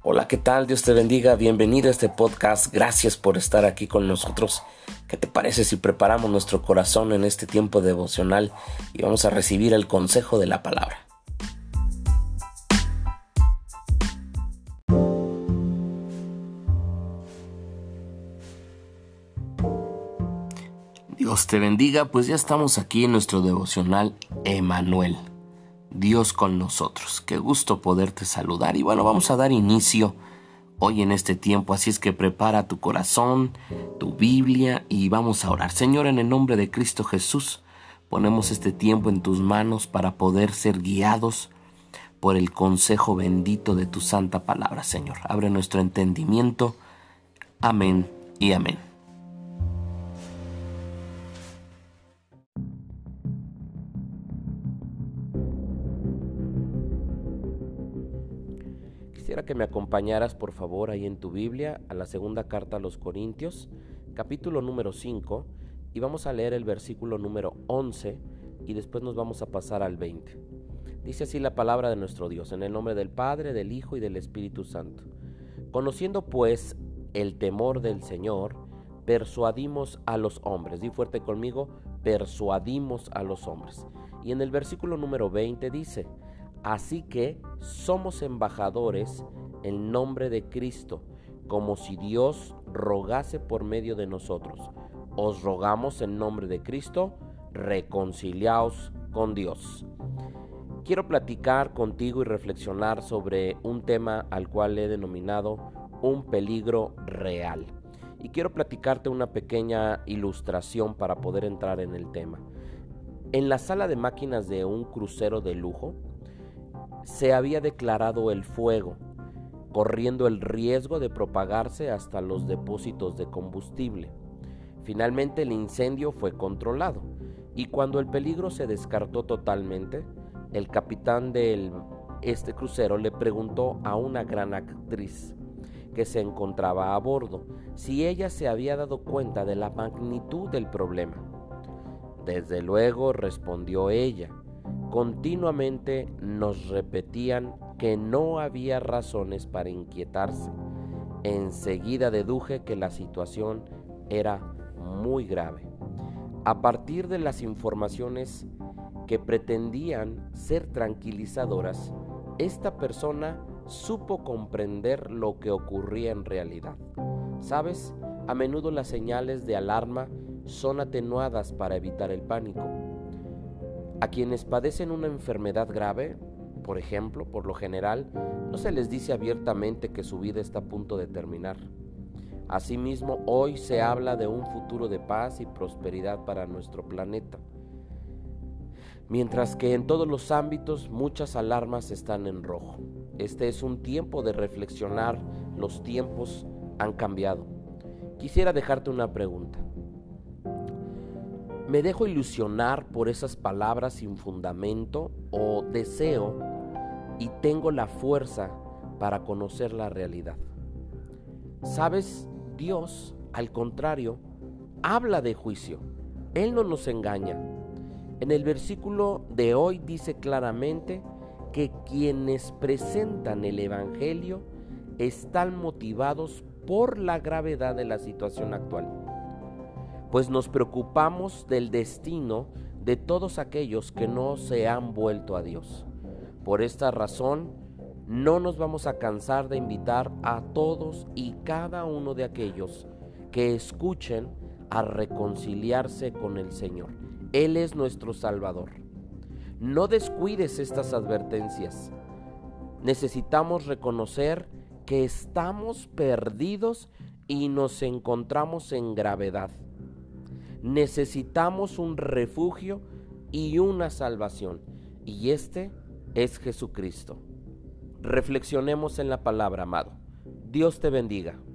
Hola, ¿qué tal? Dios te bendiga. Bienvenido a este podcast. Gracias por estar aquí con nosotros. ¿Qué te parece si preparamos nuestro corazón en este tiempo devocional y vamos a recibir el consejo de la palabra? Dios te bendiga, pues ya estamos aquí en nuestro devocional Emmanuel. Dios con nosotros. Qué gusto poderte saludar. Y bueno, vamos a dar inicio hoy en este tiempo, así es que prepara tu corazón, tu Biblia y vamos a orar. Señor, en el nombre de Cristo Jesús, ponemos este tiempo en tus manos para poder ser guiados por el consejo bendito de tu santa palabra, Señor. Abre nuestro entendimiento. Amén y amén. Quisiera que me acompañaras, por favor, ahí en tu Biblia, a la segunda carta a los Corintios, capítulo número 5, y vamos a leer el versículo número 11, y después nos vamos a pasar al 20. Dice así la palabra de nuestro Dios, en el nombre del Padre, del Hijo y del Espíritu Santo. Conociendo pues el temor del Señor, persuadimos a los hombres. Di fuerte conmigo, persuadimos a los hombres. Y en el versículo número 20 dice: así que somos embajadores en nombre de Cristo, como si Dios rogase por medio de nosotros. Os rogamos en nombre de Cristo, reconciliaos con Dios. Quiero platicar contigo y reflexionar sobre un tema al cual he denominado un peligro real. Y quiero platicarte una pequeña ilustración para poder entrar en el tema. En la sala de máquinas de un crucero de lujo, se había declarado el fuego, corriendo el riesgo de propagarse hasta los depósitos de combustible. Finalmente el incendio fue controlado y cuando el peligro se descartó totalmente, el capitán de este crucero le preguntó a una gran actriz que se encontraba a bordo si ella se había dado cuenta de la magnitud del problema. Desde luego, respondió ella. Continuamente nos repetían que no había razones para inquietarse. Enseguida deduje que la situación era muy grave. A partir de las informaciones que pretendían ser tranquilizadoras, esta persona supo comprender lo que ocurría en realidad. ¿Sabes? A menudo las señales de alarma son atenuadas para evitar el pánico. A quienes padecen una enfermedad grave, por ejemplo, por lo general, no se les dice abiertamente que su vida está a punto de terminar. Asimismo, hoy se habla de un futuro de paz y prosperidad para nuestro planeta, mientras que en todos los ámbitos muchas alarmas están en rojo. Este es un tiempo de reflexionar, los tiempos han cambiado. Quisiera dejarte una pregunta. ¿Me dejo ilusionar por esas palabras sin fundamento o deseo y tengo la fuerza para conocer la realidad? ¿Sabes? Dios, al contrario, habla de juicio. Él no nos engaña. En el versículo de hoy dice claramente que quienes presentan el Evangelio están motivados por la gravedad de la situación actual, pues nos preocupamos del destino de todos aquellos que no se han vuelto a Dios. Por esta razón, no nos vamos a cansar de invitar a todos y cada uno de aquellos que escuchen a reconciliarse con el Señor. Él es nuestro Salvador. No descuides estas advertencias. Necesitamos reconocer que estamos perdidos y nos encontramos en gravedad. Necesitamos un refugio y una salvación, y este es Jesucristo. Reflexionemos en la palabra, amado. Dios te bendiga.